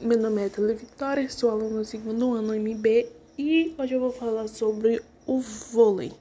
Meu nome é Thalia Vitória, sou aluna do segundo ano MB e hoje eu vou falar sobre o vôlei.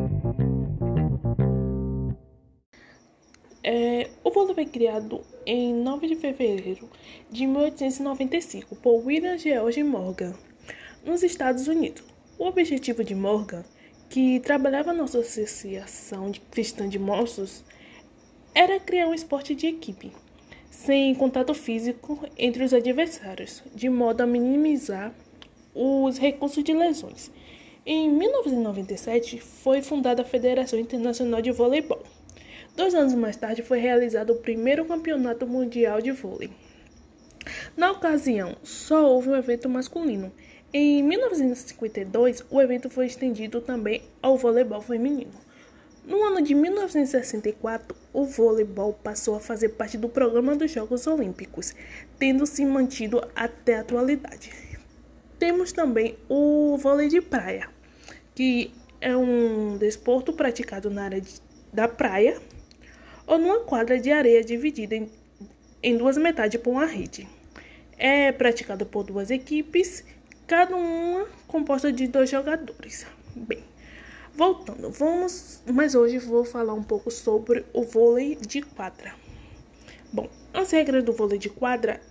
O vôlei foi criado em 9 de fevereiro de 1895 por William George Morgan, nos Estados Unidos. O objetivo de Morgan, que trabalhava na Associação Cristã de Moços, era criar um esporte de equipe, sem contato físico entre os adversários, de modo a minimizar os recursos de lesões. Em 1997, foi fundada a Federação Internacional de Voleibol. 2 anos mais tarde, foi realizado o primeiro campeonato mundial de vôlei. Na ocasião, só houve um evento masculino. Em 1952, o evento foi estendido também ao voleibol feminino. No ano de 1964, o voleibol passou a fazer parte do programa dos Jogos Olímpicos, tendo se mantido até a atualidade. Temos também o vôlei de praia, que é um desporto praticado na área da praia ou numa quadra de areia dividida em 2 metades por uma rede. É praticado por 2 equipes, cada uma composta de 2 jogadores. Bem, voltando, mas hoje vou falar um pouco sobre o vôlei de quadra. Bom, as regras do vôlei de quadra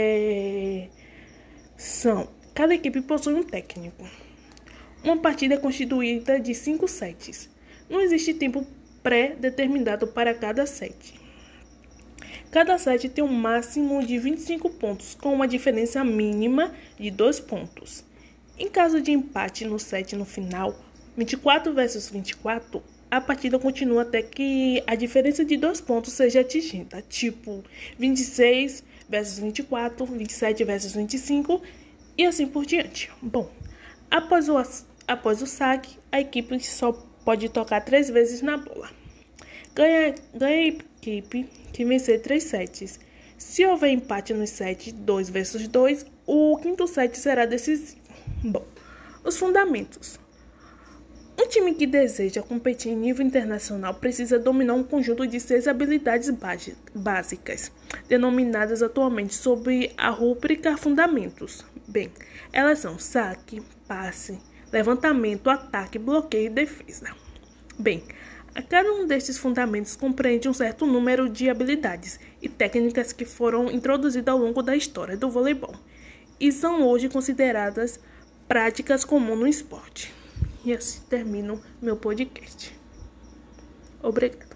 são: cada equipe possui um técnico. Uma partida é constituída de 5 sets. Não existe tempo pré-determinado para cada set. Cada set tem um máximo de 25 pontos, com uma diferença mínima de 2 pontos. Em caso de empate no set no final, 24 versus 24, a partida continua até que a diferença de 2 pontos seja atingida, tipo 26 versus 24, 27 versus 25 e assim por diante. Bom, após o saque, a equipe só pode tocar 3 vezes na bola. Ganha a equipe que vencer 3 sets. Se houver empate nos sets 2 versus 2, o 5º set será decisivo. Bom, os fundamentos. Um time que deseja competir em nível internacional precisa dominar um conjunto de 6 habilidades básicas, denominadas atualmente sob a rúbrica Fundamentos. Bem, elas são saque, passe, levantamento, ataque, bloqueio e defesa. Bem, cada um destes fundamentos compreende um certo número de habilidades e técnicas que foram introduzidas ao longo da história do voleibol e são hoje consideradas práticas comuns no esporte. E assim termino meu podcast. Obrigado.